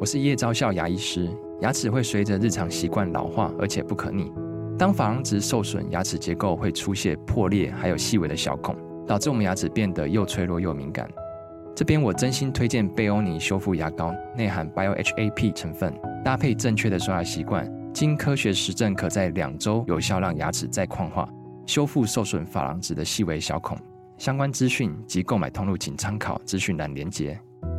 我是叶昭孝牙医师。牙齿会随着日常习惯老化，而且不可逆。当珐琅质受损，牙齿结构会出现破裂，还有细微的小孔，导致我们牙齿变得又脆弱又敏感。这边我真心推荐贝欧尼修复牙膏，内含 BioHAP 成分，搭配正确的刷牙习惯，经科学实证可在2周有效让牙齿再矿化，修复受损珐琅质的细微小孔。相关资讯及购买通路请参考资讯栏连结。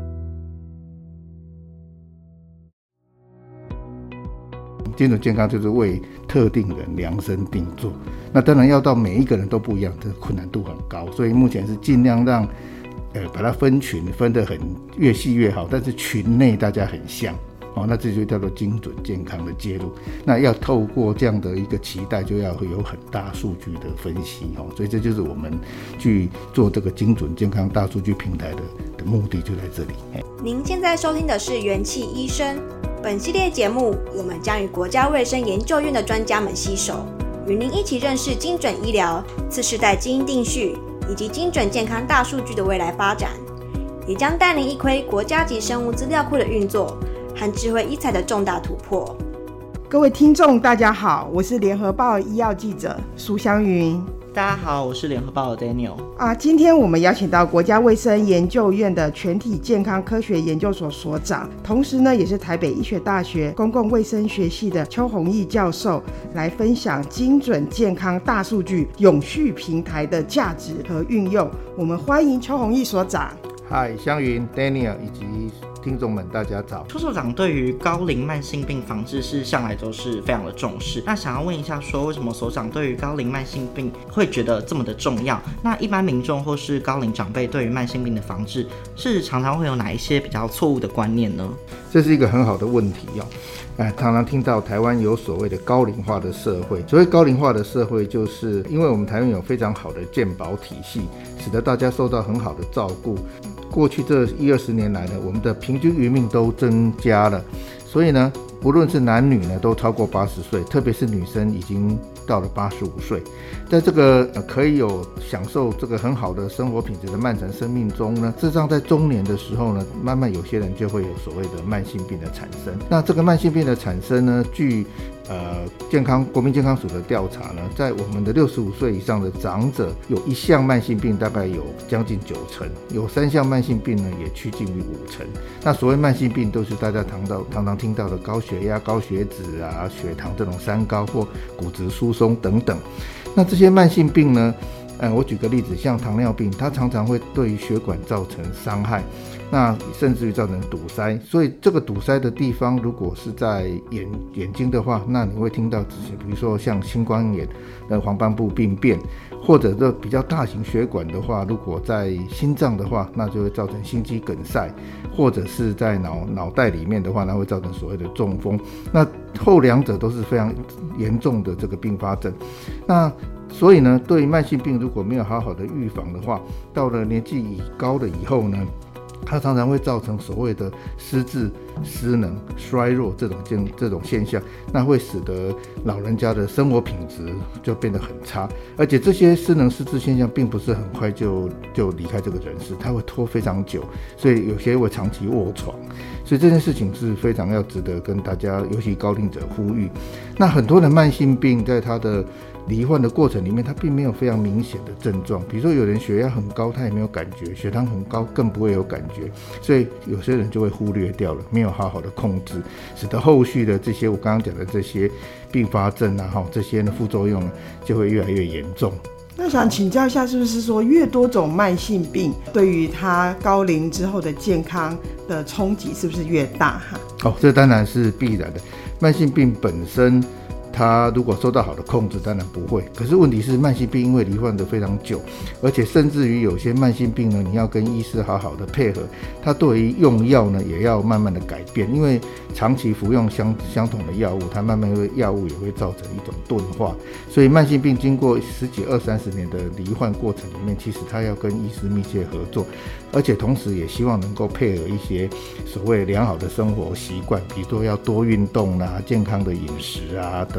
精准健康就是为特定人量身定做，那当然要到每一个人都不一样，这困难度很高，所以目前是尽量让把它分群，分得很越细越好，但是群内大家很像。那这就叫做精准健康的介入。那要透过这样的一个期待，就要有很大数据的分析，所以这就是我们去做这个精准健康大数据平台的目的就在这里。 您现在收听的是元气医生。本系列节目，我们将与国家卫生研究院的专家们携手，与您一起认识精准医疗、次世代基因定序以及精准健康大数据的未来发展，也将带您一窥国家级生物资料库的运作和智慧医材的重大突破。 各位听众大家好，我是联合报医药记者苏湘云。 大家好，我是联合报的 Daniel。 今天我们邀请到国家卫生研究院的全体健康科学研究所所长，同时呢也是台北医学大学公共卫生学系的邱宏毅教授，来分享精准健康大数据永续平台的价值和运用。我们欢迎邱宏毅所长。 嗨，湘云 Daniel 以及听众们大家早。 邱所长对于高龄慢性病防治是向来都是非常的重视，那想要问一下说，为什么所长对于高龄慢性病会觉得这么的重要？那一般民众或是高龄长辈对于慢性病的防治是常常会有哪一些比较错误的观念呢？ 这是一个很好的问题常常听到台湾有所谓的高龄化的社会。所谓高龄化的社会，就是因为我们台湾有非常好的健保体系，使得大家受到很好的照顾。过去这10-20年来呢，我们的平均余命都增加了，所以呢，不论是男女呢，都超过80岁，特别是女生已经到了85岁。在这个可以有享受这个很好的生活品质的漫长生命中呢，事实上在中年的时候呢，慢慢有些人就会有所谓的慢性病的产生。那这个慢性病的产生呢，据国民健康署的调查呢，在我们的65岁以上的长者，有1项慢性病大概有将近90%，有3项慢性病呢也趋近于50%。那所谓慢性病都是大家常常听到的高血压、高血脂啊、血糖这种三高或骨质疏松等等。那这些慢性病呢，我举个例子，像糖尿病，它常常会对于血管造成伤害，那甚至于造成堵塞。所以这个堵塞的地方，如果是在眼睛的话，那你会听到这些，比如说像青光眼的黄斑部病变，或者这比较大型血管的话，如果在心脏的话，那就会造成心肌梗塞，或者是在脑袋里面的话，那会造成所谓的中风。那后两者都是非常严重的这个并发症。那所以呢，对于慢性病如果没有好好的预防的话，到了年纪高了以后呢，它常常会造成所谓的失智、失能、衰弱这种现象，那会使得老人家的生活品质就变得很差。而且这些失能失智现象并不是很快就离开这个人世，它会拖非常久，所以有些会长期卧床。所以这件事情是非常要值得跟大家，尤其高龄者呼吁。那很多的慢性病在他的罹患的过程里面，他并没有非常明显的症状，比如说有人血压很高，他也没有感觉；血糖很高，更不会有感觉。所以有些人就会忽略掉了，没有好好的控制，使得后续的这些我刚刚讲的这些并发症这些副作用就会越来越严重。 那想请教一下，是不是说越多种慢性病对于他高龄之后的健康的冲击是不是越大这当然是必然的。慢性病本身它如果受到好的控制，当然不会。可是问题是，慢性病因为罹患得非常久，而且甚至于有些慢性病呢，你要跟医师好好的配合，它对于用药呢也要慢慢的改变，因为长期服用相同的药物，它慢慢药物也会造成一种钝化。所以慢性病经过10几、20-30年的罹患过程里面，其实它要跟医师密切合作，而且同时也希望能够配合一些所谓良好的生活习惯，比如说要多运动健康的饮食等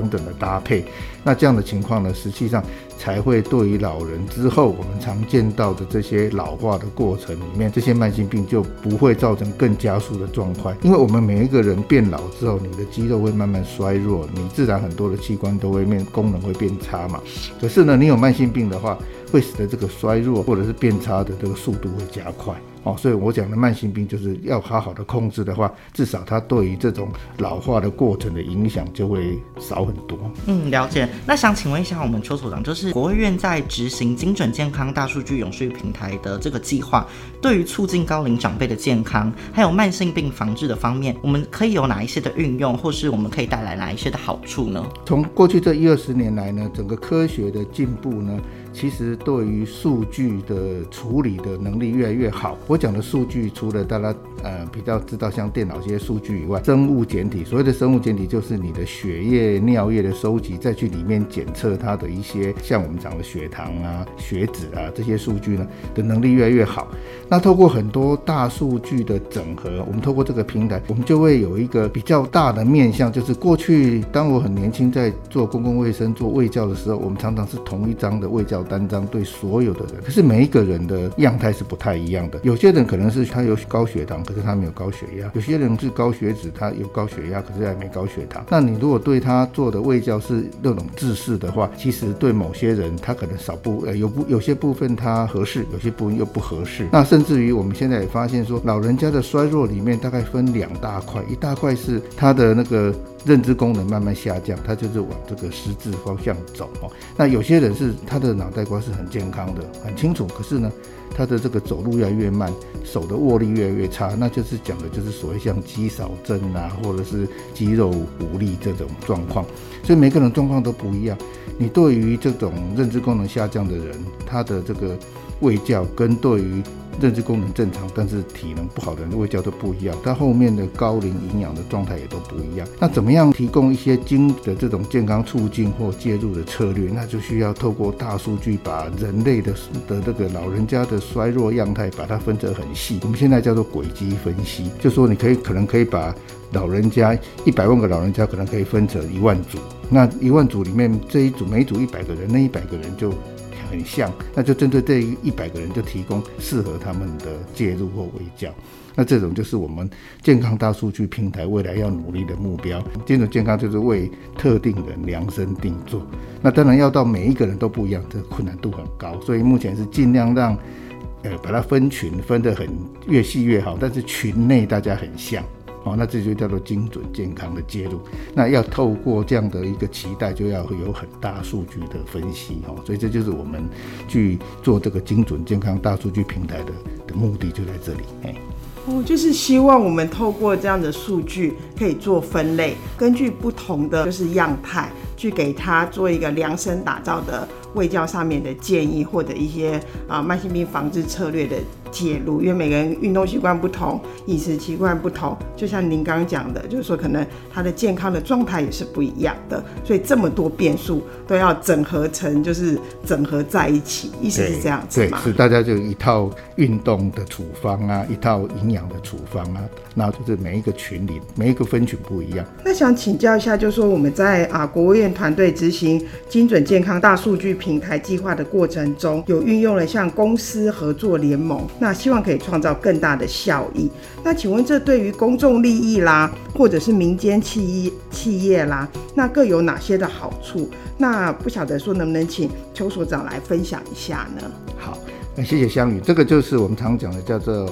等等的搭配。那这样的情况呢，实际上才会对于老人之后我们常见到的这些老化的过程里面，这些慢性病就不会造成更加速的状况。因为我们每一个人变老之后，你的肌肉会慢慢衰弱，你自然很多的器官都会功能会变差嘛。可是呢，你有慢性病的话，会使得这个衰弱或者是变差的这个速度会加快。所以我讲的慢性病就是要好好的控制的话，至少它对于这种老化的过程的影响就会少很多。 了解。那想请问一下我们邱所长，就是国卫院在执行精准健康大数据永续平台的这个计划，对于促进高龄长辈的健康还有慢性病防治的方面，我们可以有哪一些的运用，或是我们可以带来哪一些的好处呢？ 从过去这10-20年来呢，整个科学的进步呢，其实对于数据的处理的能力越来越好。我讲的数据，除了大家比较知道像电脑这些数据以外，生物检体，所谓的生物检体就是你的血液、尿液的收集，再去里面检测它的一些像我们讲的血糖啊、血脂啊这些数据呢的能力越来越好。那透过很多大数据的整合，我们透过这个平台，我们就会有一个比较大的面向，就是过去当我很年轻在做公共卫生、做卫教的时候，我们常常是同一张的卫教单张对所有的人，可是每一个人的样态是不太一样的。有些人可能是他有高血糖，可是他没有高血压；有些人是高血脂，他有高血压，可是还没高血糖。那你如果对他做的卫教是那种制式的话，其实对某些人他可能有些部分他合适，有些部分又不合适。那甚至于我们现在也发现说，老人家的衰弱里面大概分2大块，一大块是他的那个认知功能慢慢下降，他就是往这个失智方向走。那有些人是他的脑袋瓜是很健康的，很清楚，可是呢他的这个走路越来越慢，手的握力越来越差，那就是讲的就是所谓像肌少症啊，或者是肌肉无力这种状况。所以每个人状况都不一样。你对于这种认知功能下降的人，他的这个卫教跟对于认知功能正常但是体能不好的人卫教都不一样，他后面的高龄营养的状态也都不一样。那怎么样提供一些精的这种健康促进或介入的策略，那就需要透过大数据把人类的这个老人家的衰弱样态把它分得很细，我们现在叫做轨迹分析，就说你可能可以把老人家100万个老人家可能可以分成1万组，那1万组里面这一组每一组100个人，那100个人就很像，那就针对这100个人就提供适合他们的介入或卫教。那这种就是我们健康大数据平台未来要努力的目标。精准健康就是为特定人量身定做，那当然要到每一个人都不一样，这个困难度很高，所以目前是尽量让把它分群分得很越细越好，但是群内大家很像。那这就叫做精准健康的介入。那要透过这样的一个期待，就要有很大数据的分析。所以这就是我们去做这个精准健康大数据平台的目的，就在这里。 就是希望我们透过这样的数据可以做分类，根据不同的就是样态去给它做一个量身打造的卫教上面的建议，或者一些慢性病防治策略的介入。因为每个人运动习惯不同，饮食习惯不同，就像您刚刚讲的，就是说可能他的健康的状态也是不一样的，所以这么多变数都要整合成就是整合在一起，意思是这样子吗？ 对，是大家就一套运动的处方啊，一套营养的处方啊，然后就是每一个群里每一个分群不一样。 那想请教一下，就是说我们在国卫院团队执行精准健康大数据平台计划的过程中，有运用了像公司合作联盟，那希望可以创造更大的效益。那请问这对于公众利益啦，或者是民间企业啦，那各有哪些的好处？那不晓得说能不能请邱所长来分享一下呢？ 好，谢谢香宇。这个就是我们常讲的叫做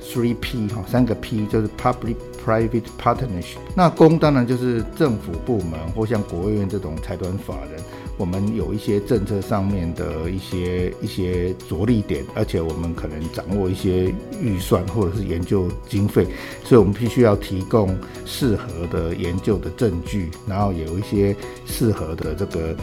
3P 3个 P， 就是 Public-Private Partnership。那公当然就是政府部门或像国卫院这种财团法人，我们有一些政策上面的一些着力点，而且我们可能掌握一些预算或者是研究经费，所以我们必须要提供适合的研究的证据，然后有一些适合的这个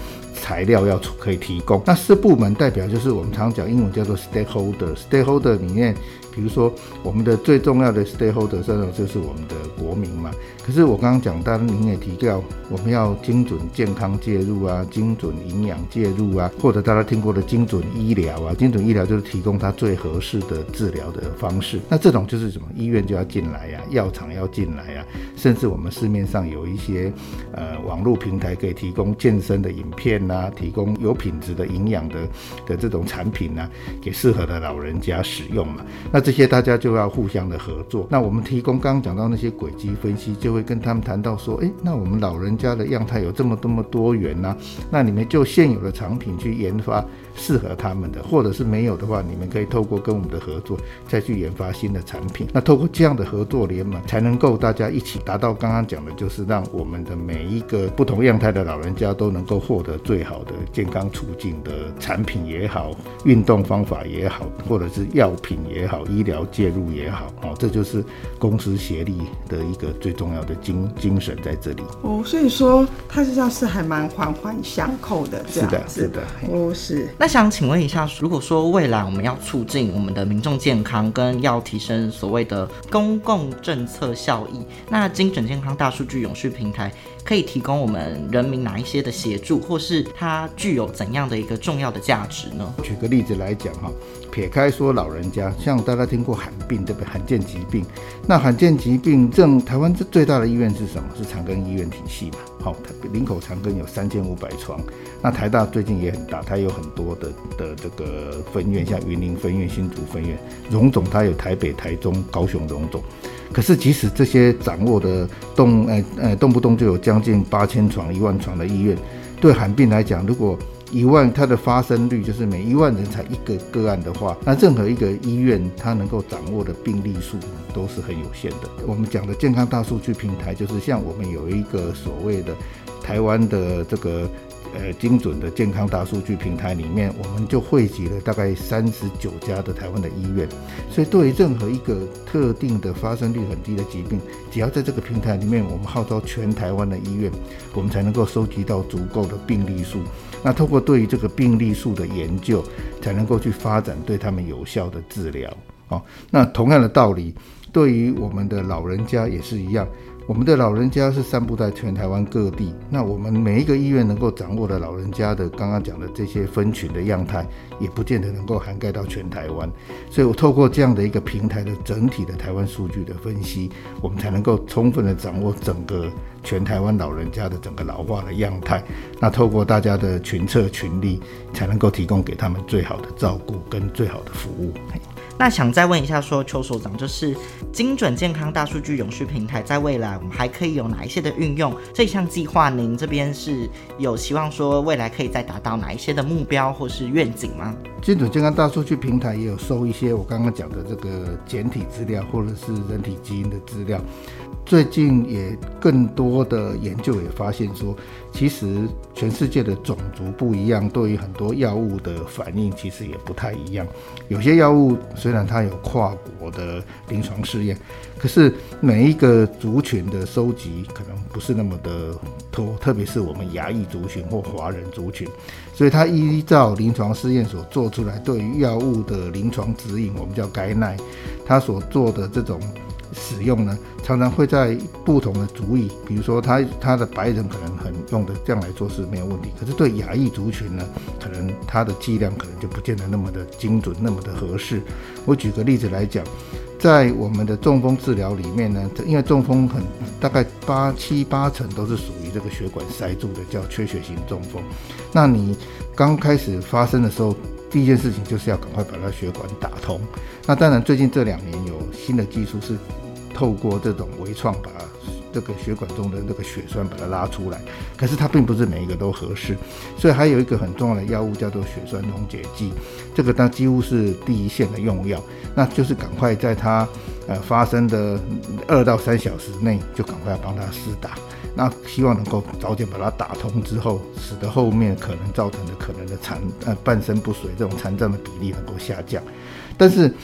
材料要可以提供。那4部门代表就是我们常讲英文叫做 stakeholder 里面，比如说我们的最重要的 stakeholder 就是我们的国民嘛。可是我刚刚讲，当然您也提到，我们要精准健康介入啊，精准营养介入啊，或者大家听过的精准医疗啊，精准医疗就是提供它最合适的治疗的方式。那这种就是什么？医院就要进来啊，药厂要进来啊，甚至我们市面上有一些网络平台可以提供健身的影片啊，提供有品质的营养的这种产品啊，给适合的老人家使用嘛。那这些大家就要互相的合作。那我们提供刚刚讲到那些轨迹分析，就会跟他们谈到说，那我们老人家的样态有这么多元啊，那你们就现有的产品去研发适合他们的，或者是没有的话，你们可以透过跟我们的合作再去研发新的产品。那透过这样的合作联盟，才能够大家一起达到刚刚讲的，就是让我们的每一个不同样态的老人家都能够获得最好的健康促进的产品也好，运动方法也好，或者是药品也好，医疗介入也好，这就是公私协力的一个最重要的精神在这里。 所以说它实际上是还蛮环环相扣的这样子。 是的。 是。 那想请问一下，如果说未来我们要促进我们的民众健康，跟要提升所谓的公共政策效益，那精准健康大数据永续平台可以提供我们人民哪一些的协助，或是它具有怎样的一个重要的价值呢？ 举个例子来讲哈，撇开说老人家，像大家听过罕病对不对？罕见疾病，那罕见疾病台湾最大的医院是什么？是长庚医院体系嘛。林口长庚有3500床，那台大最近也很大，它有很多的这个分院，像云林分院、新竹分院，荣总它有台北、台中、高雄荣总。可是即使这些掌握的动不动就有将近8000床、1万床的医院，对罕病来讲，如果1万它的发生率就是每1万人才1个个案的话，那任何一个医院它能够掌握的病例数都是很有限的。我们讲的健康大数据平台，就是像我们有一个所谓的台湾的这个精准的健康大数据平台里面，我们就汇集了大概39家的台湾的医院。所以对于任何一个特定的发生率很低的疾病，只要在这个平台里面，我们号召全台湾的医院，我们才能够收集到足够的病例数。那透过对于这个病例数的研究，才能够去发展对他们有效的治疗。那同样的道理，对于我们的老人家也是一样。我们的老人家是散布在全台湾各地，那我们每一个医院能够掌握的老人家的刚刚讲的这些分群的样态，也不见得能够涵盖到全台湾。所以我透过这样的一个平台的整体的台湾数据的分析，我们才能够充分的掌握整个全台湾老人家的整个老化的样态。那透过大家的群策群力，才能够提供给他们最好的照顾跟最好的服务。 那想再问一下说，邱所长，就是精准健康大数据永续平台在未来我们还可以有哪一些的运用？这项计划您这边是有希望说未来可以再达到哪一些的目标或是愿景吗？ 精准健康大数据平台也有收一些我刚刚讲的这个简体资料或者是人体基因的资料。最近也更多的研究也发现说，其实全世界的种族不一样，对于很多药物的反应其实也不太一样。有些药物虽然它有跨国的临床试验，可是每一个族群的收集可能不是那么的多，特别是我们亚裔族群或华人族群，所以它依照临床试验所做出来对于药物的临床指引，我们叫guideline，它所做的这种使用呢，常常会在不同的族裔，比如说他的白人可能很用的这样来做是没有问题，可是对亚裔族群呢，可能他的剂量可能就不见得那么的精准，那么的合适。我举个例子来讲，在我们的中风治疗里面呢，因为中风大概7、8成都是属于这个血管塞住的，叫缺血型中风。那你刚开始发生的时候，第一件事情就是要赶快把它血管打通。那当然最近这2年有新的技术是透过这种微创把这个血管中的这个血栓把它拉出来，可是它并不是每一个都合适，所以还有一个很重要的药物叫做血栓溶解剂，这个它几乎是第一线的用药，那就是赶快在它发生的2到3小时内就赶快要帮它施打，那希望能够早点把它打通之后，使得后面可能造成的可能的半身不遂这种残障的比例能够下降。但是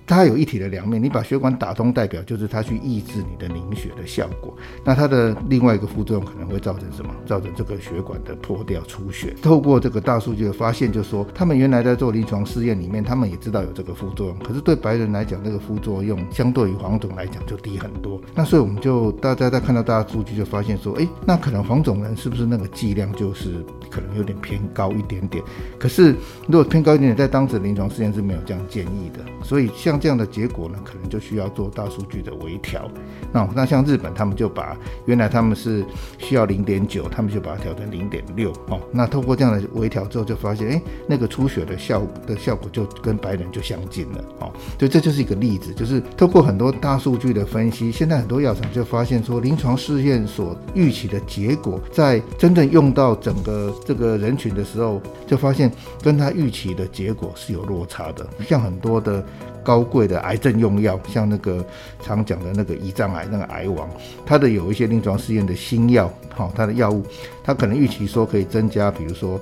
它有一体的两面，你把血管打通，代表就是它去抑制你的凝血的效果。那它的另外一个副作用可能会造成什么？造成这个血管的破掉出血。透过这个大数据的发现，就说他们原来在做临床试验里面，他们也知道有这个副作用，可是对白人来讲，这个副作用相对于黄种来讲就低很多。那所以我们就大家在看到大数据就发现说，那可能黄种人是不是那个剂量就是可能有点偏高一点点？可是如果偏高一点点，在当时的临床试验是没有这样建议的。所以像这样的结果呢，可能就需要做大数据的微调。那像日本，他们就把原来他们是需要 0.9， 他们就把它调成 0.6。那透过这样的微调之后，就发现那个出血的效果就跟白人就相近了。所以这就是一个例子，就是透过很多大数据的分析，现在很多药厂就发现说，临床试验所预期的结果，在真正用到整个这个人群的时候，就发现跟他预期的结果是有落差的。像很多的高贵的癌症用药，像那个常讲的那个胰脏癌那个癌王，它的有一些临床试验的新药，它的药物，它可能预期说可以增加，比如说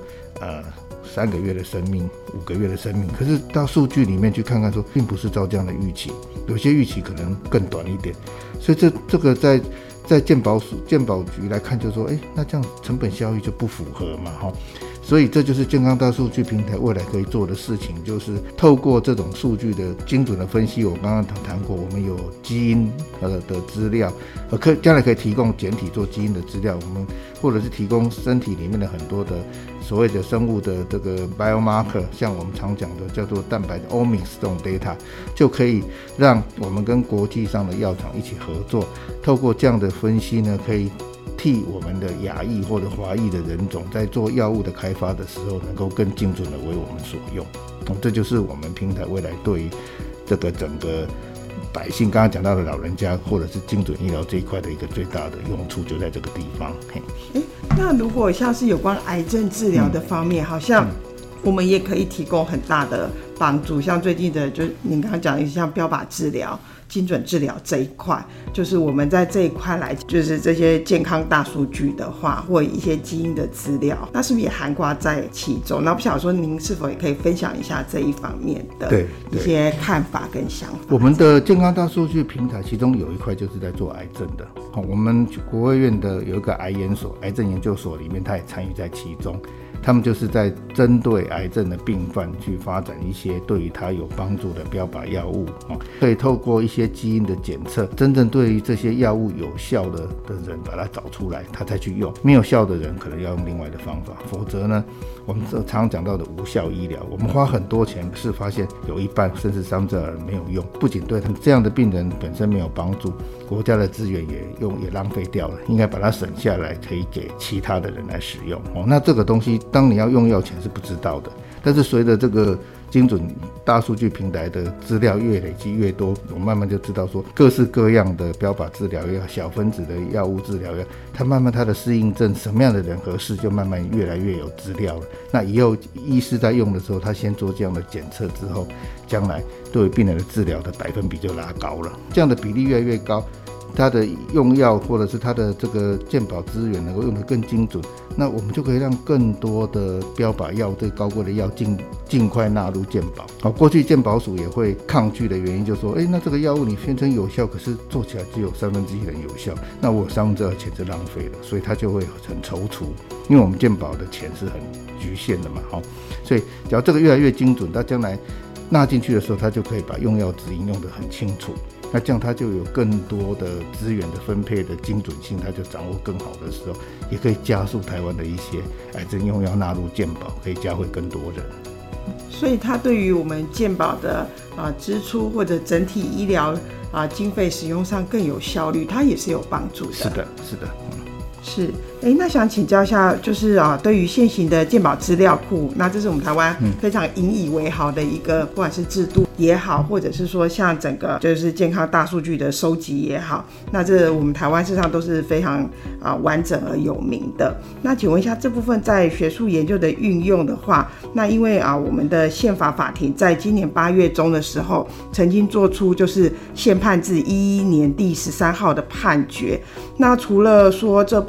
3个月的生命，5个月的生命，可是到数据里面去看看说，并不是照这样的预期，有些预期可能更短一点。所以这个在健保局来看，就说那这样成本效益就不符合嘛，所以这就是健康大数据平台未来可以做的事情，就是透过这种数据的精准的分析。我刚刚谈过，我们有基因的资料，将来可以提供简体做基因的资料，我们或者是提供身体里面的很多的所谓的生物的这个 biomarker， 像我们常讲的叫做蛋白的 omics 这种 data， 就可以让我们跟国际上的药厂一起合作，透过这样的分析呢，可以替我们的亚裔或者华裔的人种在做药物的开发的时候，能够更精准的为我们所用。这就是我们平台未来对于这个整个百姓，刚刚讲到的老人家或者是精准医疗这一块的一个最大的用处，就在这个地方。 那如果像是有关癌症治疗的方面，好像我们也可以提供很大的帮助。像最近的，就您刚刚讲的，像标靶治疗、精准治疗这一块，就是我们在这一块来，就是这些健康大数据的话，或一些基因的资料，那是不是也涵盖在其中？那不晓得说您是否也可以分享一下这一方面的一些看法跟想法？ 我们的健康大数据平台，其中有一块就是在做癌症的。我们国卫院的有一个癌研所、癌症研究所里面，它也参与在其中。他们就是在针对癌症的病患去发展一些对于他有帮助的标靶药物，可以透过一些基因的检测，真正对于这些药物有效的人把它找出来，他才去用。没有效的人可能要用另外的方法，否则呢，我们常常讲到的无效医疗，我们花很多钱，是发现有一半甚至3分之2没有用，不仅对他们这样的病人本身没有帮助，国家的资源也浪费掉了，应该把它省下来，可以给其他的人来使用。那这个东西当你要用药前是不知道的，但是随着这个精准大数据平台的资料越累积越多，我慢慢就知道说各式各样的标靶治疗药、小分子的药物治疗药，它慢慢它的适应症什么样的人合适，就慢慢越来越有资料了。那以后医师在用的时候，他先做这样的检测之后，将来对病人的治疗的%就拉高了，这样的比例越来越高，它的用药或者是它的这个健保资源能够用得更精准，那我们就可以让更多的标靶药、最高贵的药尽快纳入健保。过去健保署也会抗拒的原因就是说，那这个药物你宣称有效，可是做起来只有1/3人有效，那我2/3钱就浪费了，所以他就会很踌躇，因为我们健保的钱是很局限的嘛，所以只要这个越来越精准，它将来纳进去的时候，它就可以把用药指引用得很清楚。那这样它就有更多的资源的分配的精准性，它就掌握更好的时候，也可以加速台湾的一些癌症用药纳入健保，可以教会更多人。 所以它对于我们健保的支出或者整体医疗经费使用上更有效率，它也是有帮助的。 是的，是的。 是，那想请教一下，就是对于现行的健保资料库，那这是我们台湾非常引以为豪的一个，不管是制度也好，或者是说像整个就是健康大数据的收集也好，那这我们台湾事实上都是非常完整而有名的。那请问一下，这部分在学术研究的运用的话，那因为我们的宪法法庭在今年8月中的时候，曾经做出就是宪判字11年第13号的判决。那除了说这部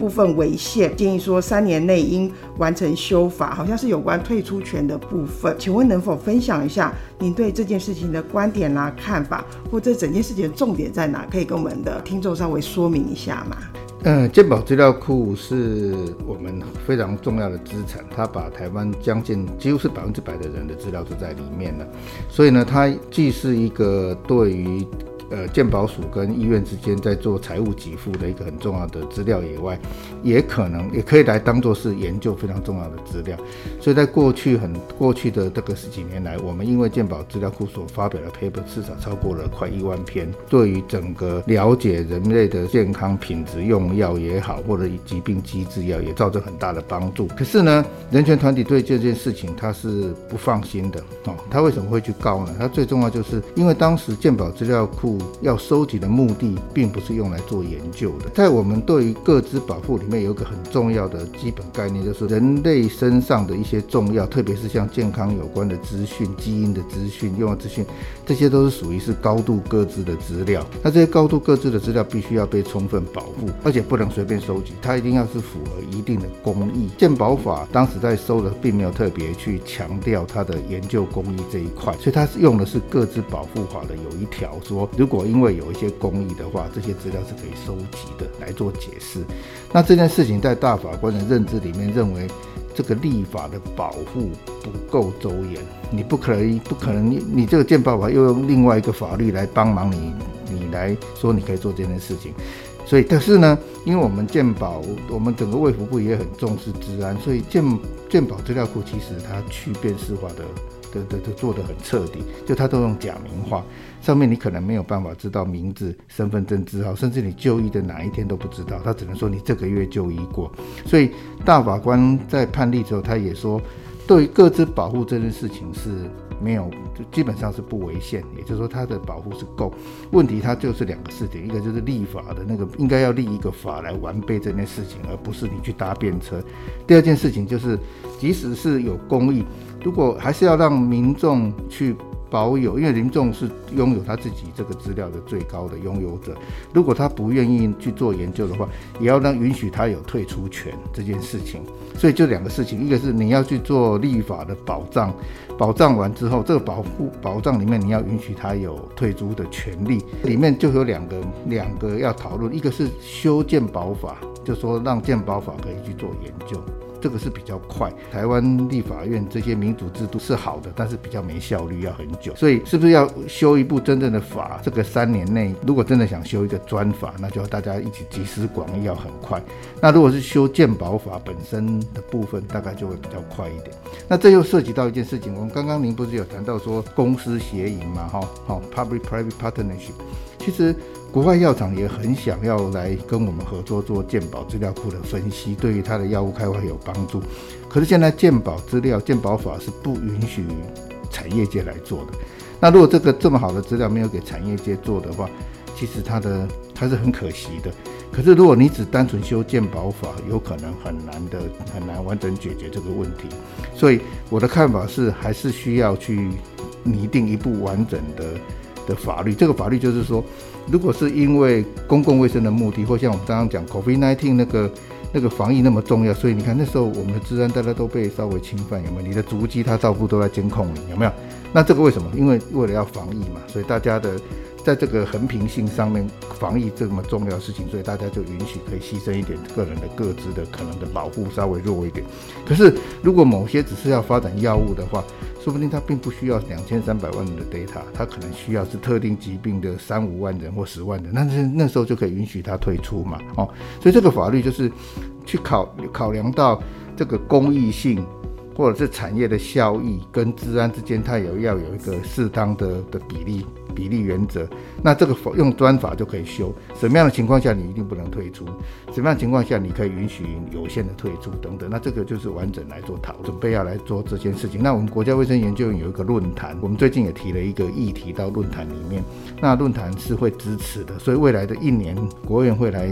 部分违宪，建议说3年内应完成修法，好像是有关退出权的部分。请问能否分享一下您对这件事情的观点啦、看法，或者整件事情的重点在哪？可以跟我们的听众稍微说明一下吗？ 健保资料库是我们非常重要的资产，它把台湾将近几乎是100%的人的资料都在里面了，所以呢，它既是一个对于健保署跟医院之间在做财务给付的一个很重要的资料以外，也可以来当作是研究非常重要的资料。所以在过去的这个10几年来，我们因为健保资料库所发表的 paper 至少超过了快1万篇，对于整个了解人类的健康品质、用药也好，或者疾病机制也造成很大的帮助。可是呢，人权团体对这件事情他是不放心的他为什么会去告呢？他最重要就是因为当时健保资料库要收集的目的并不是用来做研究的。在我们对于个资保护里面有一个很重要的基本概念，就是人类身上的一些重要，特别是像健康有关的资讯、基因的资讯、用药资讯，这些都是属于是高度个资的资料。那这些高度个资的资料必须要被充分保护，而且不能随便收集，它一定要是符合一定的公益。健保法当时在收的并没有特别去强调它的研究公益这一块，所以它是用的是个资保护法的有一条说，如果因为有一些公益的话，这些资料是可以收集的来做解释。那这件事情在大法官的认知里面认为，这个立法的保护不够周延，你不可能你这个健保法又用另外一个法律来帮忙你来说你可以做这件事情。所以但是呢，因为我们健保，我们整个卫福部也很重视治安，所以健保资料库其实它去辨识化的做得很彻底，就它都用假名化，上面你可能没有办法知道名字、身份证字号，甚至你就医的哪一天都不知道，他只能说你这个月就医过。所以大法官在判例之后，他也说，对于个资保护这件事情是没有，基本上是不违宪，也就是说它的保护是够。问题它就是2个事情，一个就是立法的那个应该要立一个法来完备这件事情，而不是你去搭便车。第二件事情就是，即使是有公益，如果还是要让民众去保有，因为民众是拥有他自己这个资料的最高的拥有者，如果他不愿意去做研究的话，也要允许他有退出权这件事情。所以就2个事情，一个是你要去做立法的保障完之后，这个保障里面你要允许他有退出的权利，里面就有两个要讨论，一个是修健保法，就说让健保法可以去做研究，这个是比较快。台湾立法院这些民主制度是好的，但是比较没效率，要很久。所以是不是要修一部真正的法？这个3年内，如果真的想修一个专法，那就要大家一起集思广益，要很快。那如果是修健保法本身的部分，大概就会比较快一点。那这又涉及到一件事情，我们刚刚您不是有谈到说公私协营嘛，public-private partnership， 其实国外药厂也很想要来跟我们合作做健保资料库的分析，对于它的药物开发有帮助。可是现在健保法是不允许产业界来做的。那如果这么好的资料没有给产业界做的话，其实它是很可惜的。可是如果你只单纯修健保法，有可能很难完整解决这个问题。所以我的看法是，还是需要去拟定一部完整的法律。这个法律就是说，如果是因为公共卫生的目的，或像我们刚刚讲 COVID-19 那个防疫那么重要，所以你看那时候我们的治安大家都被稍微侵犯，有没有？你的足迹它到处都在监控你，有没有？那这个为什么？因为为了要防疫嘛，所以大家的在这个衡平性上面，防疫这么重要的事情，所以大家就允许可以牺牲一点个人的个资的可能的保护稍微弱一点。可是如果某些只是要发展药物的话，说不定它并不需要2300万人的 data， 它可能需要是特定疾病的3-5万人或10万人，那时候就可以允许它退出嘛。所以这个法律就是去考量到这个公益性，或者是产业的效益跟治安之间，它要有一个适当的比例原则。那这个用专法就可以修，什么样的情况下你一定不能退出，什么样的情况下你可以允许有限的退出等等。那这个就是完整来做讨论，准备要来做这件事情。那我们国家卫生研究院有一个论坛，我们最近也提了一个议题到论坛里面，那论坛是会支持的，所以未来的1年国卫院会来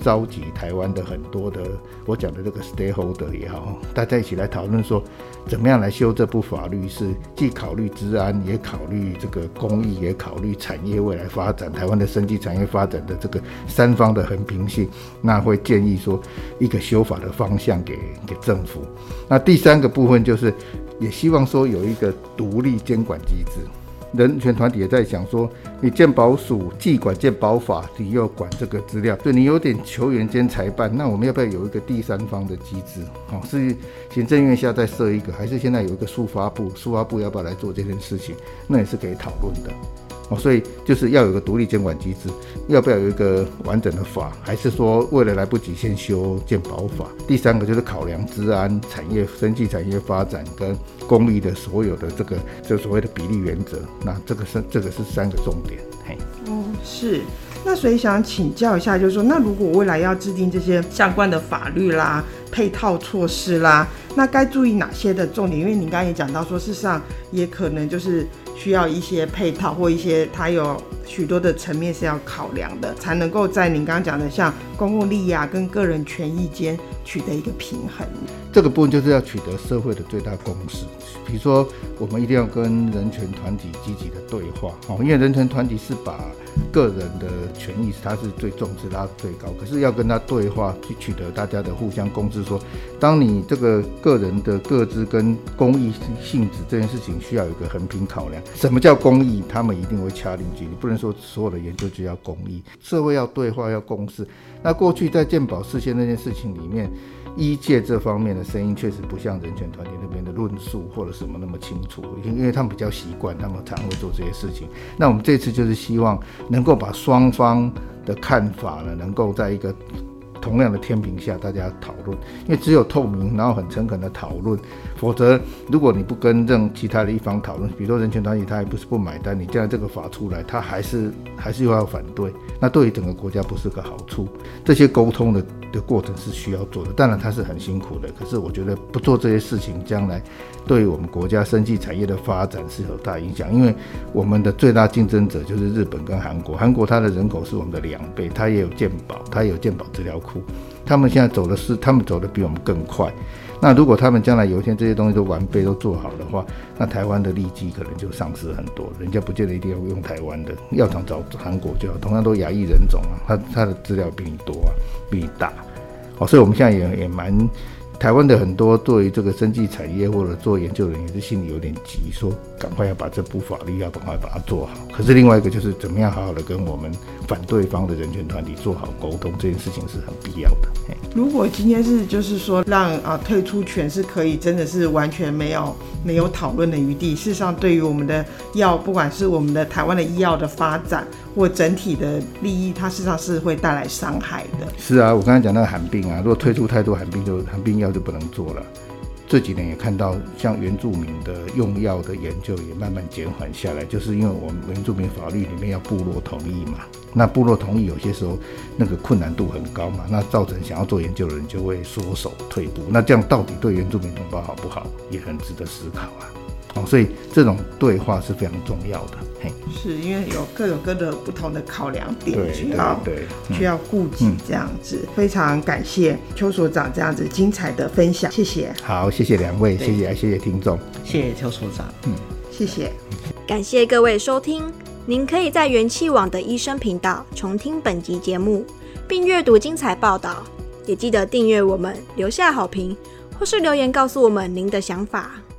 召集台湾的很多的我讲的这个 stakeholder 也好，大家一起来讨论说怎么样来修这部法律，是既考虑治安，也考虑这个公益，也考虑产业未来发展，台湾的生技产业发展的这个三方的衡平性，那会建议说一个修法的方向给政府。那第三个部分就是也希望说有一个独立监管机制，人权团体也在想说，你健保署既管健保法，你又管这个资料，所以你有点球员兼裁判，那我们要不要有一个第三方的机制？是行政院下再设一个，还是现在有一个数发部要不要来做这件事情？那也是可以讨论的。所以就是要有一个独立监管机制，要不要有一个完整的法，还是说为了来不及先修健保法？第三个就是考量治安、产业、生技产业发展跟公益的所有的这所谓的比例原则。那这个是三个重点。 是。那所以想请教一下，就是说，那如果未来要制定这些相关的法律啦、配套措施啦，那该注意哪些的重点？因为你刚刚也讲到说，事实上也可能就是需要一些配套或一些它有许多的层面是要考量的，才能够在您刚刚讲的像公共利益跟个人权益间取得一个平衡。 这个部分就是要取得社会的最大共识，比如说我们一定要跟人权团体积极的对话，因为人权团体是把个人的权益他是最重视，拉最高，可是要跟他对话，去取得大家的互相共识，说当你这个个人的个资跟公益性质这件事情需要有一个衡平考量。什么叫公益？他们一定会掐进去，你不能说所有的研究就要公益，社会要对话，要共识。那过去在健保释宪那件事情里面，医界这方面的声音确实不像人权团体那边的论述或者什么那么清楚，因为他们比较习惯，他们常会做这些事情。那我们这次就是希望能够把双方的看法呢，能够在一个同样的天平下大家讨论，因为只有透明然后很诚恳的讨论，否则如果你不跟其他的一方讨论，比如说人权团体他也不是不买单，你将来这个法出来他还是又要反对，那对于整个国家不是个好处。这些沟通的过程是需要做的，当然它是很辛苦的，可是我觉得不做这些事情，将来对于我们国家生技产业的发展是有大影响。因为我们的最大竞争者就是日本跟韩国，韩国它的人口是我们的2倍，它也有健保，它也有健保资料库，他们现在他们走的比我们更快。那如果他们将来有一天这些东西都完备都做好的话，那台湾的利基可能就丧失很多，人家不见得一定要用台湾的，药厂找韩国就好，同样都亚裔人种他的资料比你多比你大。所以我们现在也蛮台湾的很多对于这个生技产业或者做研究人员是心里有点急，说赶快要把这部法律要赶快把它做好。可是另外一个就是怎么样好好的跟我们反对方的人权团体做好沟通，这件事情是很必要的。 如果今天是就是说让退出权是可以真的是完全没有讨论的余地，事实上对于我们的药，不管是我们的台湾的医药的发展或整体的利益，它事实上是会带来伤害的。 是啊，我刚才讲那个罕病如果推出太多罕病药就不能做了。这几年也看到像原住民的用药的研究也慢慢减缓下来，就是因为我们原住民法律里面要部落同意嘛，那部落同意有些时候那个困难度很高嘛，那造成想要做研究的人就会缩手退步，那这样到底对原住民同胞好不好也很值得思考所以这种对话是非常重要的。 是因为各有各的不同的考量点，需要顾及这样子。非常感谢邱所长这样子精彩的分享，谢谢。 好，谢谢2位，谢谢听众， 谢谢邱所长， 谢谢。 感谢各位收听，您可以在元气网的医生频道重听本集节目，并阅读精彩报道，也记得订阅我们，留下好评或是留言告诉我们您的想法。